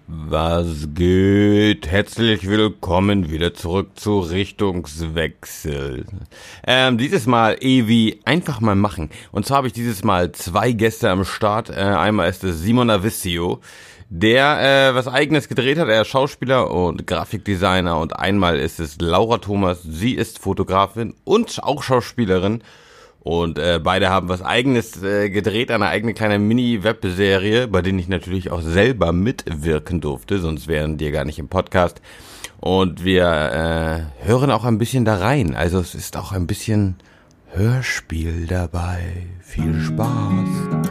Was geht? Herzlich willkommen wieder zurück zu Richtungswechsel. Dieses Mal wie einfach mal machen. Und zwar habe ich dieses Mal zwei Gäste am Start. Einmal ist es Simon Aviccio, der was Eigenes gedreht hat. Er ist Schauspieler und Grafikdesigner. Und einmal ist es Laura Thomas. Sie ist Fotografin und auch Schauspielerin. Und beide haben was Eigenes gedreht, eine eigene kleine Mini-Webserie, bei denen ich natürlich auch selber mitwirken durfte, sonst wären die gar nicht im Podcast. Und wir hören auch ein bisschen da rein, also es ist auch ein bisschen Hörspiel dabei. Viel Spaß!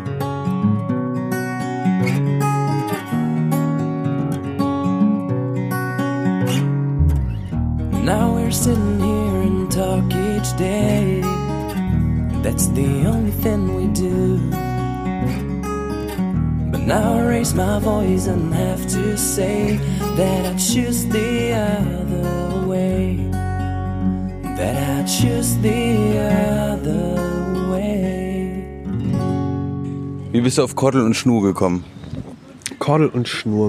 Now we're sitting here and talk each day. That's the only thing we do. But now I raise my voice and have to say that I choose the other way. That I choose the other way. Wie bist du auf Kordel und Schnur gekommen? Kordel und Schnur.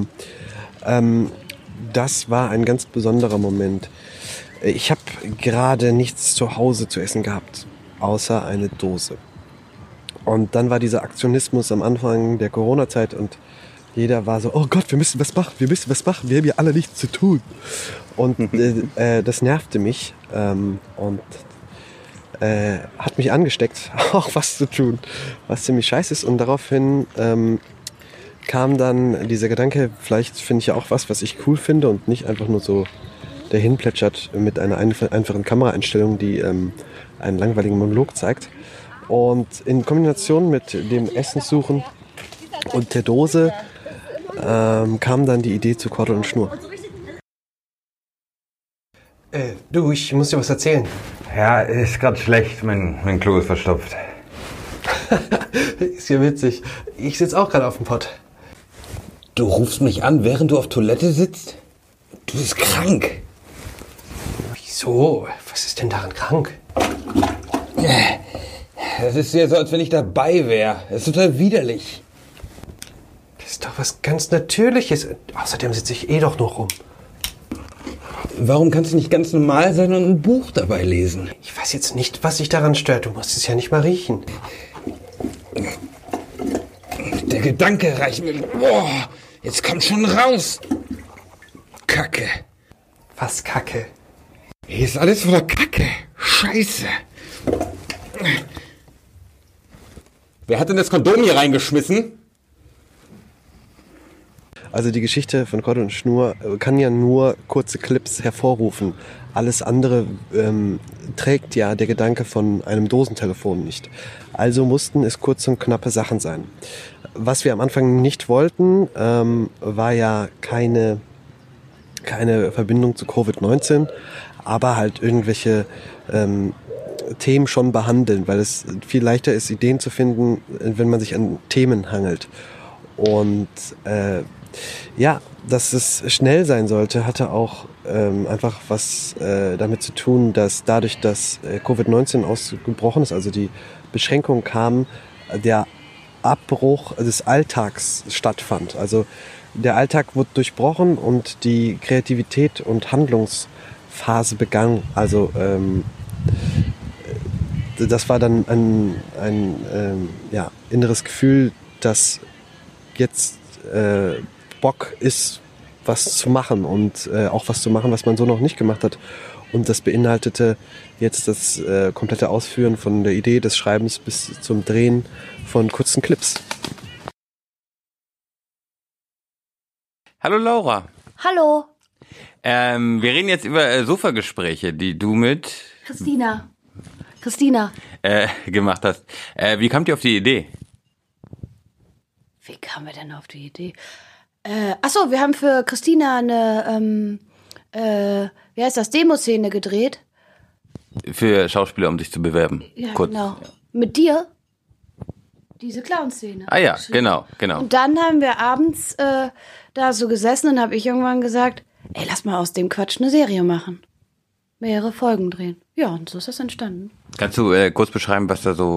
Das war ein ganz besonderer Moment. Ich habe gerade nichts zu Hause zu essen gehabt, außer eine Dose. Und dann war dieser Aktionismus am Anfang der Corona-Zeit und jeder war so, oh Gott, wir müssen was machen, wir haben ja alle nichts zu tun. Und das nervte mich und hat mich angesteckt, auch was zu tun, was ziemlich scheiße ist. Und daraufhin kam dann dieser Gedanke, vielleicht finde ich ja auch was ich cool finde und nicht einfach nur so dahin plätschert mit einer einfachen Kameraeinstellung, die einen langweiligen Monolog zeigt. Und in Kombination mit dem Essenssuchen und der Dose kam dann die Idee zu Kordel und Schnur. Du, ich muss dir was erzählen. Ja, ist gerade schlecht, mein Klo ist verstopft. Ist ja witzig. Ich sitze auch gerade auf dem Pott. Du rufst mich an, während du auf Toilette sitzt? Du bist krank. Wieso? Was ist denn daran krank? Das ist ja so, als wenn ich dabei wäre. Das ist total widerlich. Das ist doch was ganz Natürliches. Außerdem sitze ich doch nur rum. Warum kannst du nicht ganz normal sein und ein Buch dabei lesen? Ich weiß jetzt nicht, was dich daran stört. Du musst es ja nicht mal riechen. Der Gedanke reicht mir. Boah, jetzt komm schon raus. Kacke. Was Kacke? Hier ist alles voller Kacke. Scheiße. Wer hat denn das Kondom hier reingeschmissen? Also die Geschichte von Kordel und Schnur kann ja nur kurze Clips hervorrufen. Alles andere trägt ja der Gedanke von einem Dosentelefon nicht. Also mussten es kurze und knappe Sachen sein. Was wir am Anfang nicht wollten, war ja keine Verbindung zu Covid-19, aber halt irgendwelche Themen schon behandeln, weil es viel leichter ist, Ideen zu finden, wenn man sich an Themen hangelt. Und dass es schnell sein sollte, hatte auch einfach was damit zu tun, dass dadurch, dass Covid-19 ausgebrochen ist, also die Beschränkung kam, der Abbruch des Alltags stattfand. Also der Alltag wurde durchbrochen und die Kreativität und Handlungsphase begann. Also das war dann ein inneres Gefühl, dass jetzt Bock ist, was zu machen und auch was zu machen, was man so noch nicht gemacht hat. Und das beinhaltete jetzt das komplette Ausführen von der Idee des Schreibens bis zum Drehen von kurzen Clips. Hallo Laura. Hallo. Wir reden jetzt über Sofagespräche, die du mit Christina. Gemacht hast. Wie kamt ihr auf die Idee? Wie kamen wir denn auf die Idee? Wir haben für Christina eine, wie heißt das, Demoszene gedreht. Für Schauspieler, um dich zu bewerben. Ja, kurz. genau. Mit dir. Diese Clown-Szene. Ah ja, genau. Und dann haben wir abends da so gesessen und habe ich irgendwann gesagt, ey, lass mal aus dem Quatsch eine Serie machen. Mehrere Folgen drehen. Ja, und so ist das entstanden. Kannst du kurz beschreiben, was das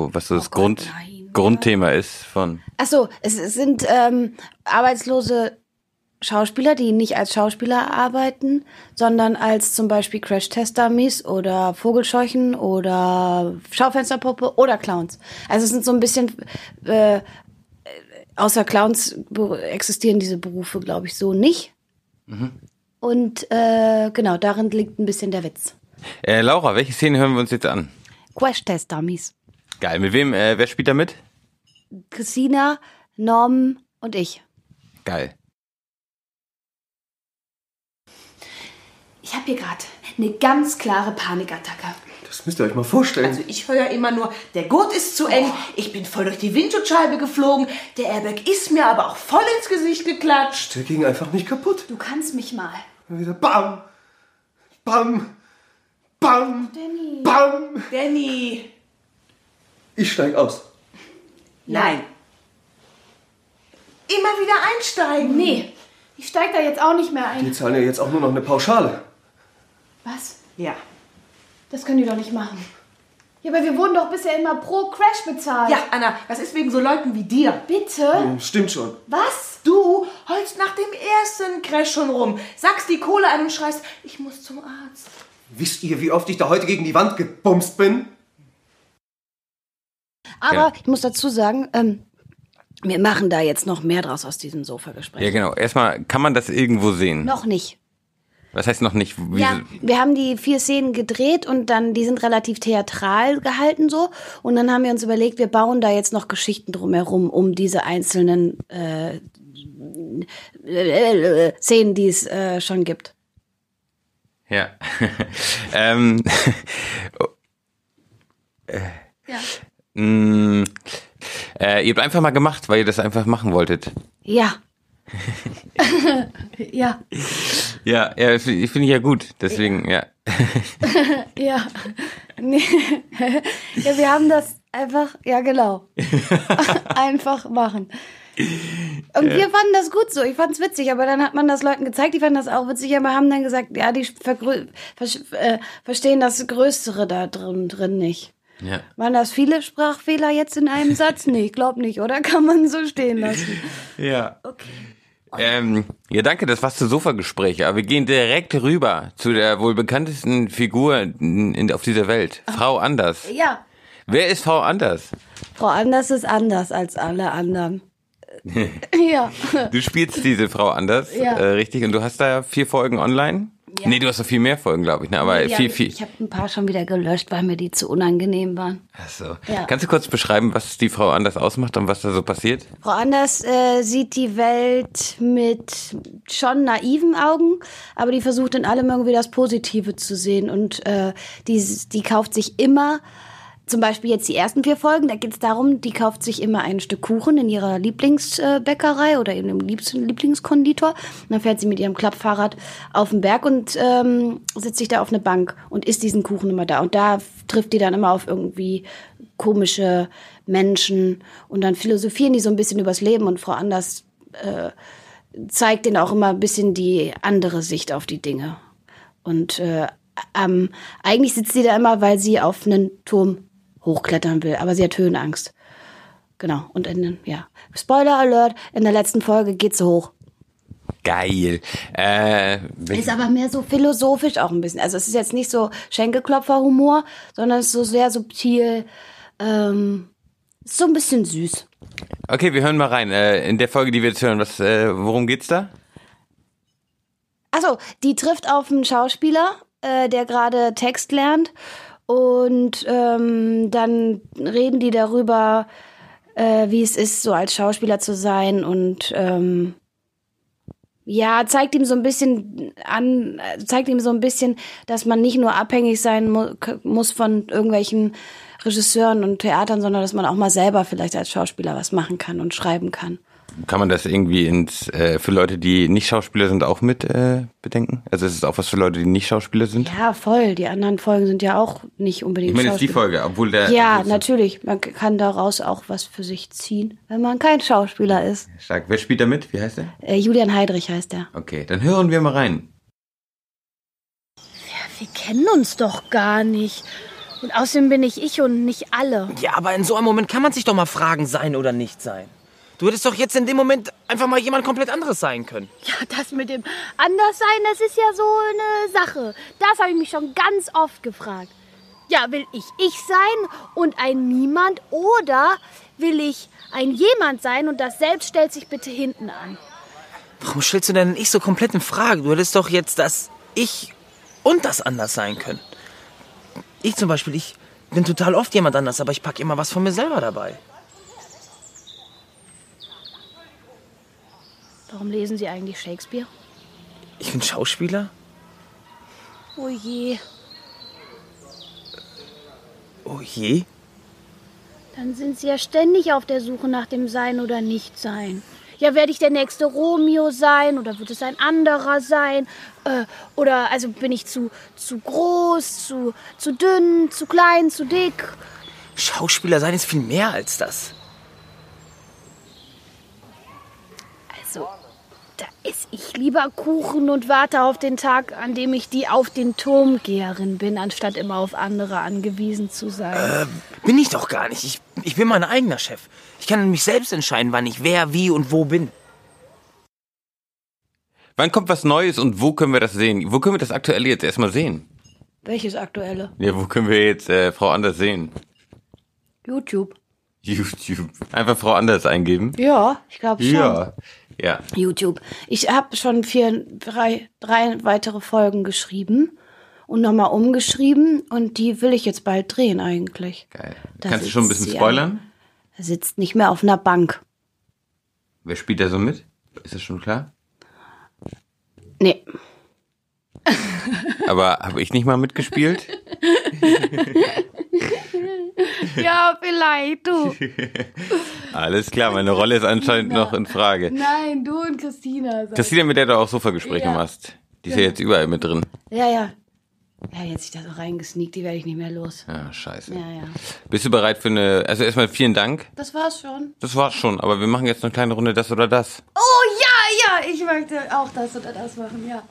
Grundthema ist von... Ach so, es sind arbeitslose Schauspieler, die nicht als Schauspieler arbeiten, sondern als zum Beispiel Crash-Test-Dummies oder Vogelscheuchen oder Schaufensterpuppe oder Clowns. Also es sind so ein bisschen, außer Clowns existieren diese Berufe, glaube ich, so nicht. Mhm. Und genau, darin liegt ein bisschen der Witz. Laura, welche Szene hören wir uns jetzt an? Crash-Test-Dummies. Geil, mit wem, wer spielt da mit? Christina, Norm und ich. Geil. Ich habe hier gerade eine ganz klare Panikattacke. Das müsst ihr euch mal vorstellen. Also ich höre ja immer nur, der Gurt ist zu eng, ich bin voll durch die Windschutzscheibe geflogen, der Airbag ist mir aber auch voll ins Gesicht geklatscht. Der ging einfach nicht kaputt. Du kannst mich mal. Und wieder BAM! BAM! BAM! Danny. BAM! Danny. Ich steig aus. Nein. Immer wieder einsteigen. Nee, ich steige da jetzt auch nicht mehr ein. Die zahlen ja jetzt auch nur noch eine Pauschale. Was? Ja. Das können die doch nicht machen. Ja, aber wir wurden doch bisher immer pro Crash bezahlt. Ja, Anna, das ist wegen so Leuten wie dir. Bitte? Stimmt schon. Was? Du heulst nach dem ersten Crash schon rum, sackst die Kohle ein und schreist, ich muss zum Arzt. Wisst ihr, wie oft ich da heute gegen die Wand gebumst bin? Aber Ja. ich muss dazu sagen, wir machen da jetzt noch mehr draus aus diesem Sofagespräch. Ja, genau. Erstmal, kann man das irgendwo sehen? Noch nicht. Was heißt noch nicht? Wie Ja, wir haben die 4 Szenen gedreht und dann, die sind relativ theatral gehalten so. Und dann haben wir uns überlegt, wir bauen da jetzt noch Geschichten drumherum, um diese einzelnen Szenen, die es schon gibt. Ja. Ihr habt einfach mal gemacht, weil ihr das einfach machen wolltet. Ja. Ja. Ja, finde ich ja gut. Deswegen, ja. Ja. Nee. Ja, wir haben das einfach, ja genau. Einfach machen. Und wir fanden das gut so. Ich fand's witzig, aber dann hat man das Leuten gezeigt, die fanden das auch witzig, aber haben dann gesagt, ja, die verstehen das Größere da drin nicht. Ja. Waren das viele Sprachfehler jetzt in einem Satz? Nee, ich glaube nicht, oder? Kann man so stehen lassen. Ja. Okay. Ja, danke, das war's zu Sofagespräch. Aber wir gehen direkt rüber zu der wohl bekanntesten Figur auf dieser Welt. Frau Anders. Ja. Wer ist Frau Anders? Frau Anders ist anders als alle anderen. Ja. Du spielst diese Frau Anders, Ja. richtig? Und du hast da 4 Folgen online? Ja. Nee, du hast noch viel mehr Folgen, glaube ich. Ne? Aber Ja, viel. Ich habe ein paar schon wieder gelöscht, weil mir die zu unangenehm waren. Ach so. Ja. Kannst du kurz beschreiben, was die Frau Anders ausmacht und was da so passiert? Frau Anders sieht die Welt mit schon naiven Augen, aber die versucht in allem irgendwie das Positive zu sehen. Und die kauft sich immer, zum Beispiel jetzt die ersten 4 Folgen, da geht es darum, die kauft sich immer ein Stück Kuchen in ihrer Lieblingsbäckerei oder in ihrem Lieblingskonditor. Und dann fährt sie mit ihrem Klappfahrrad auf den Berg und setzt sich da auf eine Bank und isst diesen Kuchen immer da. Und da trifft die dann immer auf irgendwie komische Menschen und dann philosophieren die so ein bisschen übers Leben und Frau Anders zeigt denen auch immer ein bisschen die andere Sicht auf die Dinge. Und eigentlich sitzt sie da immer, weil sie auf einen Turm hochklettern will, aber sie hat Höhenangst. Genau. Und ja. Spoiler Alert, in der letzten Folge geht sie hoch. Geil. Ist aber mehr so philosophisch auch ein bisschen. Also es ist jetzt nicht so Schenkelklopfer-Humor, sondern es ist so sehr subtil, ist so ein bisschen süß. Okay, wir hören mal rein. In der Folge, die wir jetzt hören, worum geht's da? Achso, die trifft auf einen Schauspieler, der gerade Text lernt. Und dann reden die darüber, wie es ist, so als Schauspieler zu sein. Und ja, zeigt ihm so ein bisschen, dass man nicht nur abhängig sein muss von irgendwelchen Regisseuren und Theatern, sondern dass man auch mal selber vielleicht als Schauspieler was machen kann und schreiben kann. Kann man das irgendwie für Leute, die nicht Schauspieler sind, auch mit bedenken? Also ist es auch was für Leute, die nicht Schauspieler sind? Ja, voll. Die anderen Folgen sind ja auch nicht unbedingt Ich meine jetzt die Schauspieler. Folge, obwohl der... Ja, natürlich. Man kann daraus auch was für sich ziehen, wenn man kein Schauspieler ist. Stark. Wer spielt da mit? Wie heißt der? Julian Heidrich heißt er. Okay, dann hören wir mal rein. Wir kennen uns doch gar nicht. Und außerdem bin ich und nicht alle. Ja, aber in so einem Moment kann man sich doch mal fragen, sein oder nicht sein. Du hättest doch jetzt in dem Moment einfach mal jemand komplett anderes sein können. Ja, das mit dem Anderssein, das ist ja so eine Sache. Das habe ich mich schon ganz oft gefragt. Ja, will ich sein und ein Niemand oder will ich ein Jemand sein und das Selbst stellt sich bitte hinten an? Warum stellst du denn Ich so komplett in Frage? Du hättest doch jetzt das Ich und das Anders sein können. Ich zum Beispiel, ich bin total oft jemand anders, aber ich packe immer was von mir selber dabei. Warum lesen Sie eigentlich Shakespeare? Ich bin Schauspieler? Oh je, Oh je. dann sind Sie ja ständig auf der Suche nach dem Sein oder Nichtsein. Ja, werde ich der nächste Romeo sein oder wird es ein anderer sein? Oder also bin ich zu groß, zu dünn, zu klein, zu dick? Schauspieler sein ist viel mehr als das. Also, da esse ich lieber Kuchen und warte auf den Tag, an dem ich die auf den Turmgeherin bin, anstatt immer auf andere angewiesen zu sein. Bin ich doch gar nicht. Ich bin mein eigener Chef. Ich kann mich selbst entscheiden, wann ich wer, wie und wo bin. Wann kommt was Neues und wo können wir das sehen? Wo können wir das Aktuelle jetzt erstmal sehen? Welches Aktuelle? Ja, wo können wir jetzt Frau Anders sehen? YouTube. YouTube. Einfach Frau Anders eingeben? Ja, ich glaube schon. Ja. YouTube. Ich habe schon drei weitere Folgen geschrieben und nochmal umgeschrieben und die will ich jetzt bald drehen eigentlich. Geil. Da Kannst du schon ein sitzt bisschen sie spoilern? Er sitzt nicht mehr auf einer Bank. Wer spielt da so mit? Ist das schon klar? Nee. Aber habe ich nicht mal mitgespielt? Ja, vielleicht, du. Alles klar, meine Rolle ist anscheinend noch in Frage. Nein, du und Christina. Christina, mit der du auch Sofagespräche machst. Die ist ja jetzt überall mit drin. Ja. Ja, jetzt sich da so reingesneakt, die werde ich nicht mehr los. Ja, scheiße. Ja. Bist du bereit für eine... Also erstmal vielen Dank. Das war's schon. Das war's schon, aber wir machen jetzt eine kleine Runde das oder das. Oh ja, ich möchte auch das oder das machen, ja.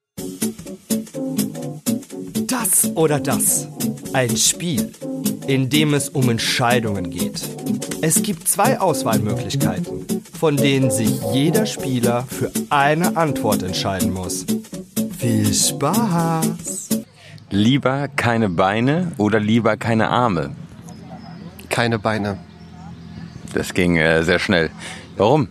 Das oder das. Ein Spiel, in dem es um Entscheidungen geht. Es gibt 2 Auswahlmöglichkeiten, von denen sich jeder Spieler für eine Antwort entscheiden muss. Viel Spaß! Lieber keine Beine oder lieber keine Arme? Keine Beine. Das ging sehr schnell. Warum?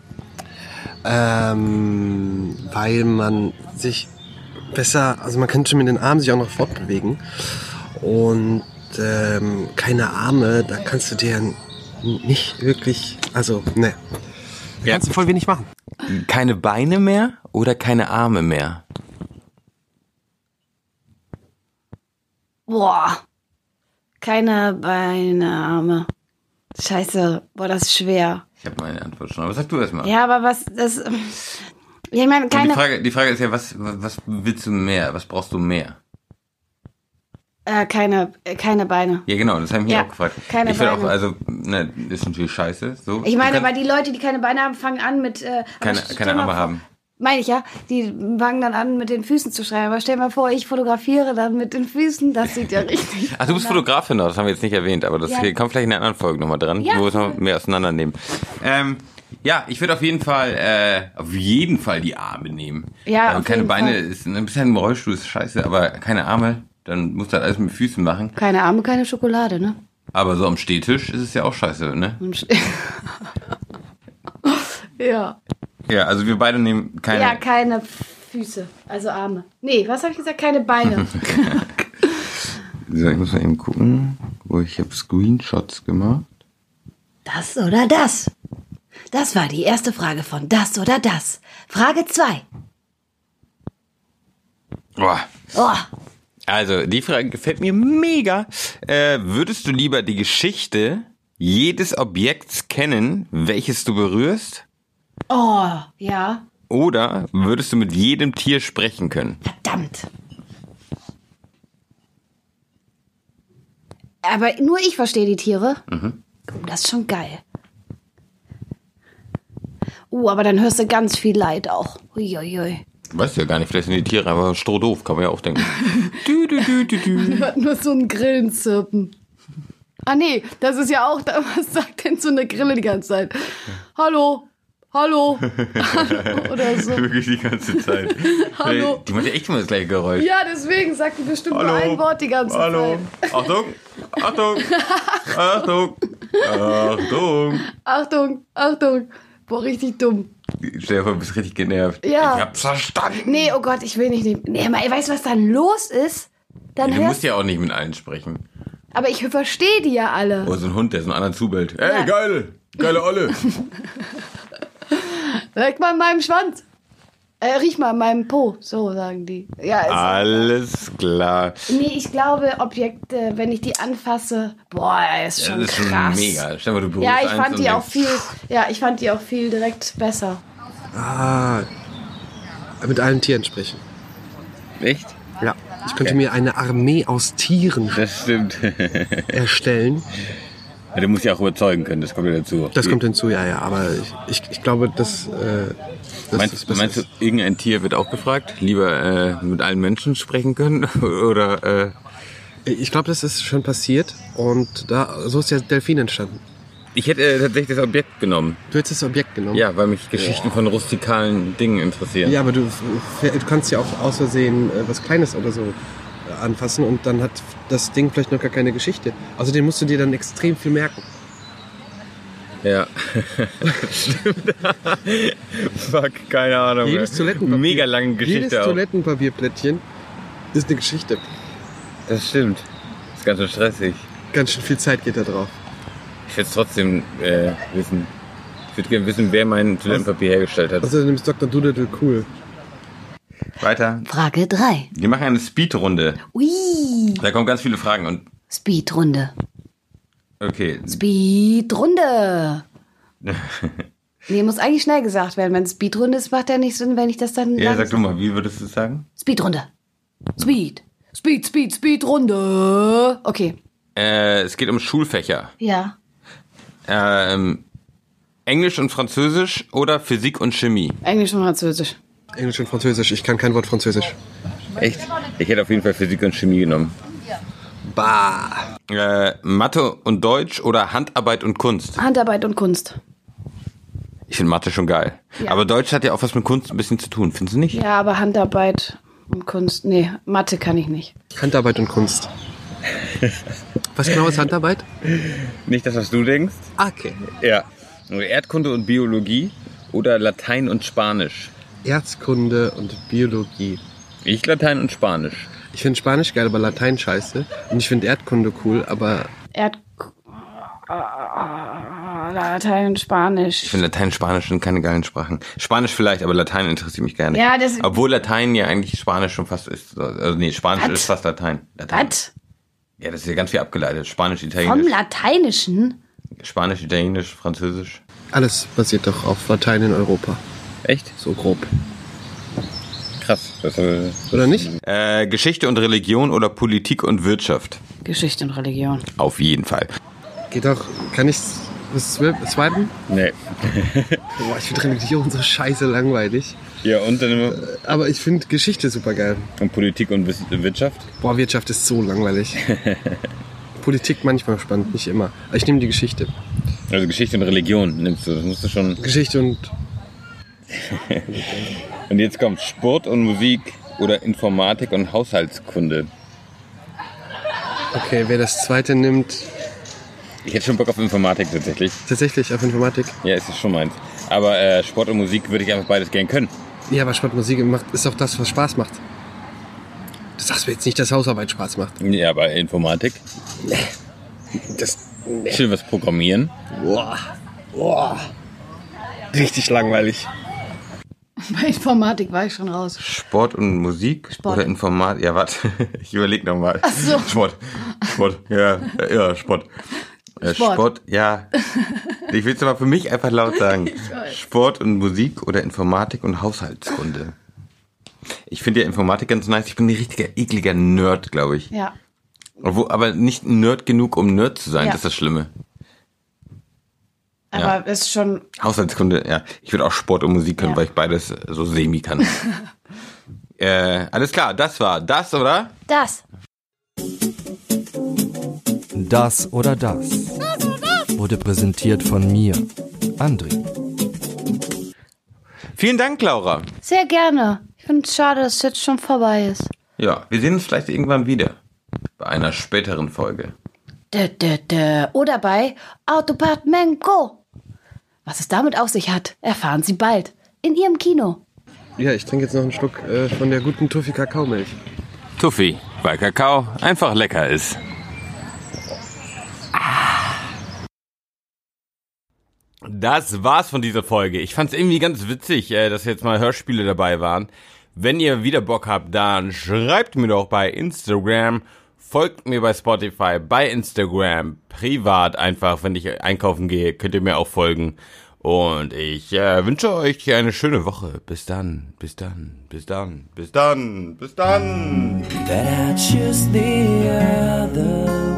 Weil man sich besser, also man kann schon mit den Armen sich auch noch fortbewegen. Und keine Arme, da kannst du dir nicht wirklich, also ne. Da kannst du voll wenig machen. Keine Beine mehr oder keine Arme mehr? Boah. Keine Beine, Arme. Scheiße, boah, das ist schwer. Ich habe meine Antwort schon, aber sag du erst mal. Ja, aber was, das... Ja, ich meine, keine... Die Frage ist ja, was willst du mehr? Was brauchst du mehr? Keine Beine. Ja, genau, das habe ich mich auch gefragt. Keine ich finde Beine. auch, also, ne, ist natürlich scheiße. So. Ich meine, aber die Leute, die keine Beine haben, fangen an mit... keine Arme haben. Meine ich ja, die fangen dann an, mit den Füßen zu schreiben. Aber stell mal vor, ich fotografiere dann mit den Füßen, das sieht ja richtig Ach, du bist Fotografin noch, das haben wir jetzt nicht erwähnt, aber das kommt vielleicht in einer anderen Folge nochmal dran, wo wir es noch mehr auseinandernehmen. Ja, ich würde auf jeden Fall die Arme nehmen. Ja, keine Beine ist ein bisschen im Rollstuhl ist scheiße, aber keine Arme, dann musst du halt alles mit Füßen machen. Keine Arme, keine Schokolade, ne? Aber so am Stehtisch ist es ja auch scheiße, ne? Ja. Ja, also wir beide nehmen keine... Ja, keine Füße, also Arme. Nee, was habe ich gesagt? Keine Beine. So, ich muss mal eben gucken, wo ich habe Screenshots gemacht. Das oder das? Das war die erste Frage von Das oder das. Frage 2. Boah. Oh, Also, die Frage gefällt mir mega. Würdest du lieber die Geschichte jedes Objekts kennen, welches du berührst? oh, ja. Oder würdest du mit jedem Tier sprechen können? Verdammt. Aber nur ich verstehe die Tiere? Mhm. Oh, das ist schon geil. Aber dann hörst du ganz viel Leid auch. Uiuiui. Weißt du ja gar nicht, vielleicht sind die Tiere einfach strohdoof, kann man ja auch denken. Man hört nur so ein Grillenzirpen. Ah nee, das ist ja auch, was sagt denn so eine Grille die ganze Zeit? Hallo, hallo, hallo oder so. Wirklich die ganze Zeit. Hallo. Die macht ja echt immer das gleiche Geräusch. Ja, deswegen sagt die bestimmt nur ein Wort die ganze Hallo. Zeit. Achtung, Achtung, Achtung, Achtung. Achtung, Achtung. Boah, richtig dumm. Stell dir vor, du bist richtig genervt. Ja. Ich hab's verstanden. Nee, oh Gott, ich will nicht. Nee, aber weißt du, was dann los ist? Dann Du hörst musst ja auch nicht mit allen sprechen. aber ich verstehe die ja alle. Oder so ein Hund, der so einen anderen zubellt. Ey, Ja. geile Olle. Leck mal an meinem Schwanz. Riech mal an meinem Po. So sagen die. Ja, ist Alles klar. Nee, ich glaube, Objekte, wenn ich die anfasse, boah, ist schon Das ist schon krass. mega. Stell dir mal, du berührst Ja, ich eins fand und die auch denkst, ich fand die auch viel direkt besser. Mit allen Tieren sprechen. Echt? Ja. Ich könnte mir eine Armee aus Tieren Das stimmt. erstellen. Ja, du musst ja auch überzeugen können, das kommt ja dazu. Das kommt hinzu, ja. Aber ich glaube, das Meinst du, irgendein Tier wird auch gefragt? Lieber mit allen Menschen sprechen können? Oder Ich glaube, das ist schon passiert. Und so ist der Delfin entstanden. ich hätte tatsächlich das Objekt genommen. Du hättest das Objekt genommen? Ja, weil mich Geschichten von rustikalen Dingen interessieren. Ja, aber du kannst ja auch aus Versehen was Kleines oder so anfassen und dann hat das Ding vielleicht noch gar keine Geschichte. Außerdem musst du dir dann extrem viel merken. Ja. Stimmt. Fuck, keine Ahnung. Jedes Toilettenpapier, Mega lange Geschichte jedes auch. Toilettenpapierplättchen ist eine Geschichte. Das stimmt. Das ist ganz schön stressig. Ganz schön viel Zeit geht da drauf. Ich will es trotzdem wissen. Ich würde gerne wissen, wer mein Toilettenpapier hergestellt hat. Außerdem ist Dr. Doodle cool. Weiter. Frage 3. Wir machen eine Speedrunde. Ui, Da kommen ganz viele Fragen und Speedrunde. okay. Speedrunde. Nee, muss eigentlich schnell gesagt werden. Wenn es Speedrunde ist, macht ja nicht Sinn, wenn ich das dann... Ja, sag du mal, wie würdest du es sagen? Speedrunde. Speedrunde. Okay. Es geht um Schulfächer. Ja. Englisch und Französisch oder Physik und Chemie? Englisch und Französisch. Englisch und Französisch. Ich kann kein Wort Französisch. Echt? Ich hätte auf jeden Fall Physik und Chemie genommen. Bah. Mathe und Deutsch oder Handarbeit und Kunst? Handarbeit und Kunst. Ich finde Mathe schon geil. Ja. Aber Deutsch hat ja auch was mit Kunst ein bisschen zu tun, findest du nicht? Ja, aber Handarbeit und Kunst. Nee, Mathe kann ich nicht. Handarbeit und Kunst. Was genau ist Handarbeit? Nicht das, was du denkst? Okay. Ja. Erdkunde und Biologie oder Latein und Spanisch? Erzkunde und Biologie. Ich Latein und Spanisch. Ich finde Spanisch geil, aber Latein scheiße. Und ich finde Erdkunde cool, aber Latein und Spanisch. Ich finde Latein und Spanisch sind keine geilen Sprachen. Spanisch vielleicht, aber Latein interessiert mich gerne. Ja, das... Obwohl Latein ja eigentlich Spanisch schon fast ist. Also nee, Spanisch ist fast Latein. Was? Ja, das ist ja ganz viel abgeleitet. Spanisch, Vom Italienisch. Lateinischen? Spanisch, Italienisch, Französisch. alles basiert doch auf Latein in Europa. Echt? So grob. Krass. Oder nicht? Geschichte und Religion oder Politik und Wirtschaft? Geschichte und Religion. Auf jeden Fall. Geht doch. Kann ich was swipen? Nee. Boah, ich finde Religion so scheiße langweilig. Ja, und dann Aber ich finde Geschichte super geil. und Politik und Wirtschaft? Boah, Wirtschaft ist so langweilig. Politik manchmal spannend, nicht immer. Aber ich nehme die Geschichte. Also Geschichte und Religion nimmst du. Das musst du schon. Geschichte und Und jetzt kommt Sport und Musik oder Informatik und Haushaltskunde. okay, wer das zweite nimmt, Ich hätte schon Bock auf Informatik tatsächlich. tatsächlich auf Informatik. Ja, es ist schon meins. Aber Sport und Musik würde ich einfach beides gern können. Ja, aber Sportmusik ist auch das, was Spaß macht. Du sagst mir jetzt nicht, dass Hausarbeit Spaß macht. Ja, aber Informatik. Das, Schön was programmieren. boah. Richtig langweilig. Bei Informatik war ich schon raus. Sport und Musik Sport. oder Informatik. Ja, warte. Ich überlege nochmal. Ach so. Sport. Ja, Sport. Sport, ja. Ich will es aber für mich einfach laut sagen. Sport und Musik oder Informatik und Haushaltskunde. Ich finde ja Informatik ganz nice. Ich bin ein richtiger, ekliger Nerd, glaube ich. Ja. Aber nicht Nerd genug, um Nerd zu sein. Ja. Das ist das Schlimme. Aber es ist schon... Haushaltskunde, ja. Ich würde auch Sport und Musik können, Ja. weil ich beides so semi kann. Alles klar, das war das, oder? Das. Das oder das wurde präsentiert von mir, André. Vielen Dank, Laura. Sehr gerne. Ich finde es schade, dass es jetzt schon vorbei ist. Ja, wir sehen uns vielleicht irgendwann wieder. Bei einer späteren Folge. Oder bei Autopartmenko. Was es damit auf sich hat, erfahren Sie bald. In Ihrem Kino. Ja, ich trinke jetzt noch einen Schluck von der guten Tuffy-Kakaomilch. Tuffy, weil Kakao einfach lecker ist. Das war's von dieser Folge. Ich fand's irgendwie ganz witzig, dass jetzt mal Hörspiele dabei waren. Wenn ihr wieder Bock habt, dann schreibt mir doch bei Instagram, folgt mir bei Spotify, bei Instagram, privat einfach, wenn ich einkaufen gehe, könnt ihr mir auch folgen. Und ich wünsche euch eine schöne Woche. Bis dann, bis dann, bis dann, bis dann, bis dann. That I choose the other